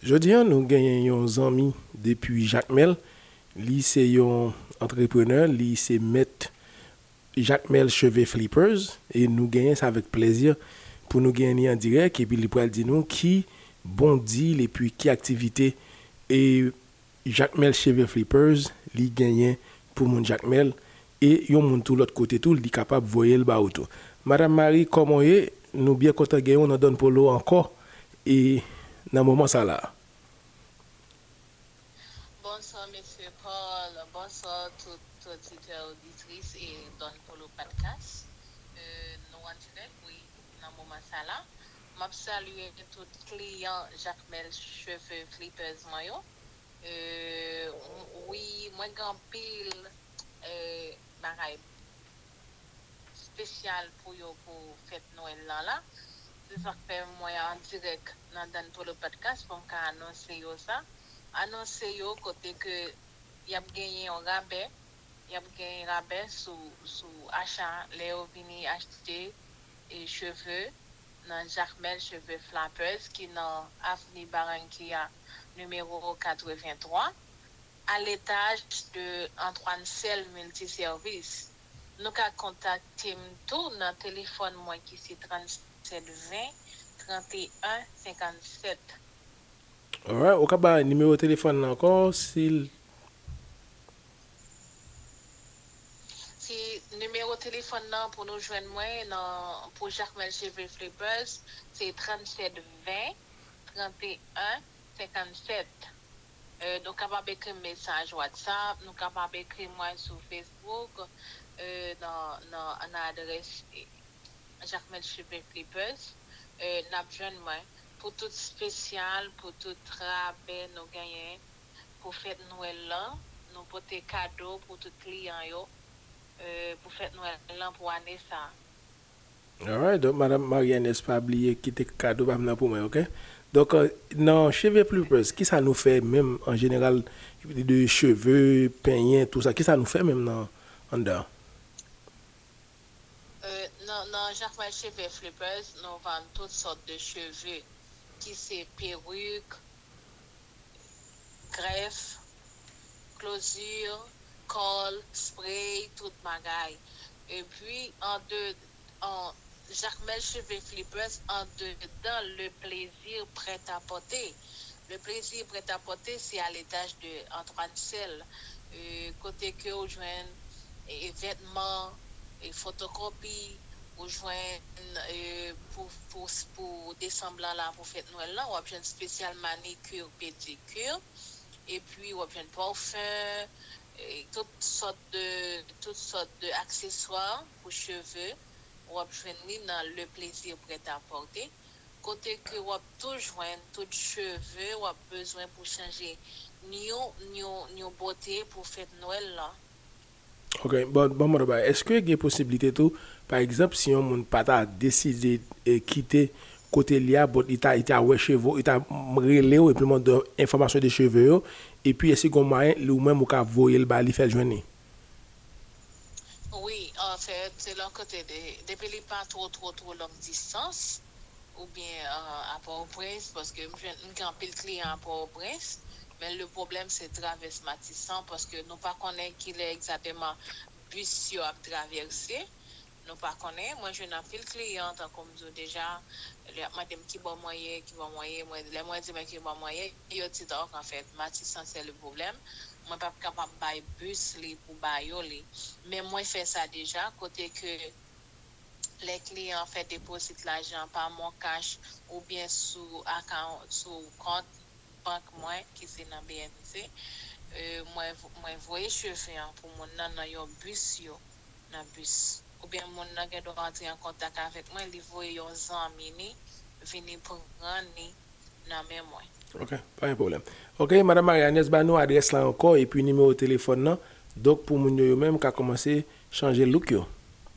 Je dis, nous gagnons un ami depuis Jacques Mel. Lui, c'est un entrepreneur. Lui, c'est Maître Jacques Mel Chevet Flippers. Et nous gagnons ça avec plaisir pour nous gagner en direct. Et puis, il pourra dire nous qui bondit et puis qui activité. Et Jacques Mel Chevet Flippers, lui gagne pour mon Jacques Mel. Et yon moun tout l'autre côté tout, il est capable de voyer le bas tout. Madame Marie, comment est? Nous bien content de gagner, on en donne pour l'eau encore. Et dans le moment ça là. Bonsoir, Monsieur Paul. Bonsoir, tout auditeur, auditrice et donne pour le podcast. Nous en direct, oui, dans le moment ça là. Je salue tout client Jacques Mel Cheveux Flippers Mayo. Oui, moi, grand pile bagaille spécial pour fête Noël là. C'est ça que fait moi en direct dans pour le podcast pour annoncer ça. Annoncer côté que y a gagné un rabais, y a gagné un rabais sous achat les vini acheter et cheveux dans Jacques Mel Cheveux Flappers qui dans avenue Barranquilla numéro 83 à l'étage de Antoine Sel Multiservice. Nous avons contacté tout dans le téléphone moi qui c'est 37 20 31 57. Alright, au cas de numéro de téléphone encore, s'il Si numéro de téléphone pour nous joindre moi pour Jacques Mel Cheveux Flippers, c'est 37 20 31 57. Nous capable d'écrire un message WhatsApp, nous capable d'écrire moi sur Facebook, dans l'adresse Jacques Mel Cheveux Flippers. N'a besoin moi pour tout spécial, pour tout rabais nous gagner pour fête Noël là, nous porter cadeau pour tout client yo. Pour fête Noël là pour année ça. Alright, donc Madame Marianne, n'est-ce pas oublier qui était cadeau pour moi, ok? Donc, non, cheveux plus près, qui ça nous fait même en général de cheveux, peignets, tout ça, qui ça nous fait même en dedans? Non, Jacques Mel Cheveux Flippers, nous vendons toutes sortes de cheveux, qui c'est perruque, greffe, closure, colle, spray, toute magaille. Et puis, Jacques Mel Cheveux Flippers, en dedans, le plaisir prêt à porter. Le plaisir prêt à porter, c'est à l'étage de Antoine Sel. Côté que vous joignez vêtements, et photocopies, vous joignez pour décembre là, pour fête Noël là, vous avez un spécial manicure, pédicure, et puis vous avez un parfum, et toutes sortes de accessoires pour cheveux. Vous avez dans le plaisir prêt à porter. Côté que vous avez tout joindre, tout cheveux, vous avez besoin pour changer ni beauté pour fête Noël là. Ok, bon, est-ce que il y a une possibilité tout, par exemple, si on n'a pas décidé de quitter côté là, il t'a ouais cheveux, il t'a relé et puis mon information des cheveux, et puis est-ce qu'on moyen ou même ou qu'a voyer le bal, il fait joindre. Oui, en fait, c'est l'un côté depuis les pas trop longue distance, ou bien à Port-au-Prince, parce que je un pile client à Port-au-Prince, mais le problème c'est traverse Matissan, parce que nous pas connaissons qu'il est exactement bus à traverser. Nous pas connaissons. Moi, je n'ai pas de client, comme je déjà, madame qui va moyen, moi, les moyens qui va moyen, et dit en fait, Matissan c'est le problème. Moi, pas capable de buy bus pour buy mais moi, je fais ça déjà, côté que les clients fait déposer l'argent par mon cash ou bien sous compte banque moi qui c'est dans BNC. Moi voyez chauffeur pour mon nan dans bus dans bus ou bien mon nan doit rentrer en contact avec moi il voyait un zamini venir prendre dans même moi. Ok, pas un problème. Ok, Madame Marianne, nous adresse là encore et puis numéro de téléphone là. Donc pour moun yo même qu'a commencé changer look yo.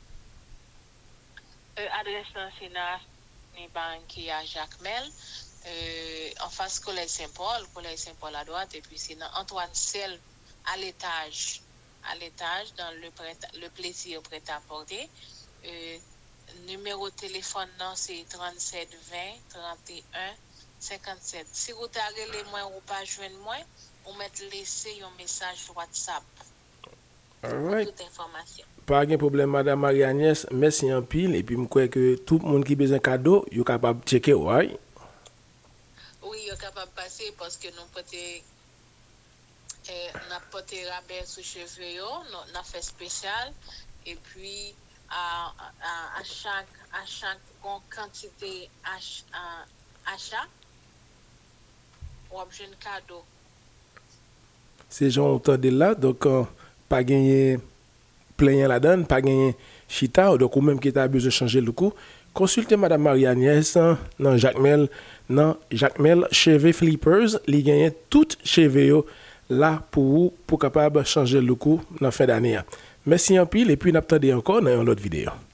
Adresse là c'est dans banque à Jacques Mel. En face Collège Saint-Paul à droite, et puis c'est dans Antoine Sel à l'étage, dans le plaisir prêt à porter. Numéro de téléphone, non, c'est 37 20 31 57. Si vous t'arrêtez moi ou pas joindre moi, ou mettre laisser un message WhatsApp Alright. pour toute information. Pas de problème, Madame Marie-Agnès. Merci en pile. Et puis, je crois que tout le monde qui a besoin de cadeau, est capable de checker, ouais. Oui, il est capable de passer parce que nous peut-être n'a pas de rabais sur cheveux, nous fait spécial. Et puis, à chaque quantité achat, on a besoin de cadeau. C'est gens autant de là, donc pas gagner plein la donne, pas gagner chita, donc ou même qui t'a besoin de changer le coup. Consultez Madame Marie-Agnès dans Jacmel Cheveux Flippers, li gagne tout cheveux là pour capable changer le coup dans fin d'année. Merci en pile et puis n'attendez encore dans une autre vidéo.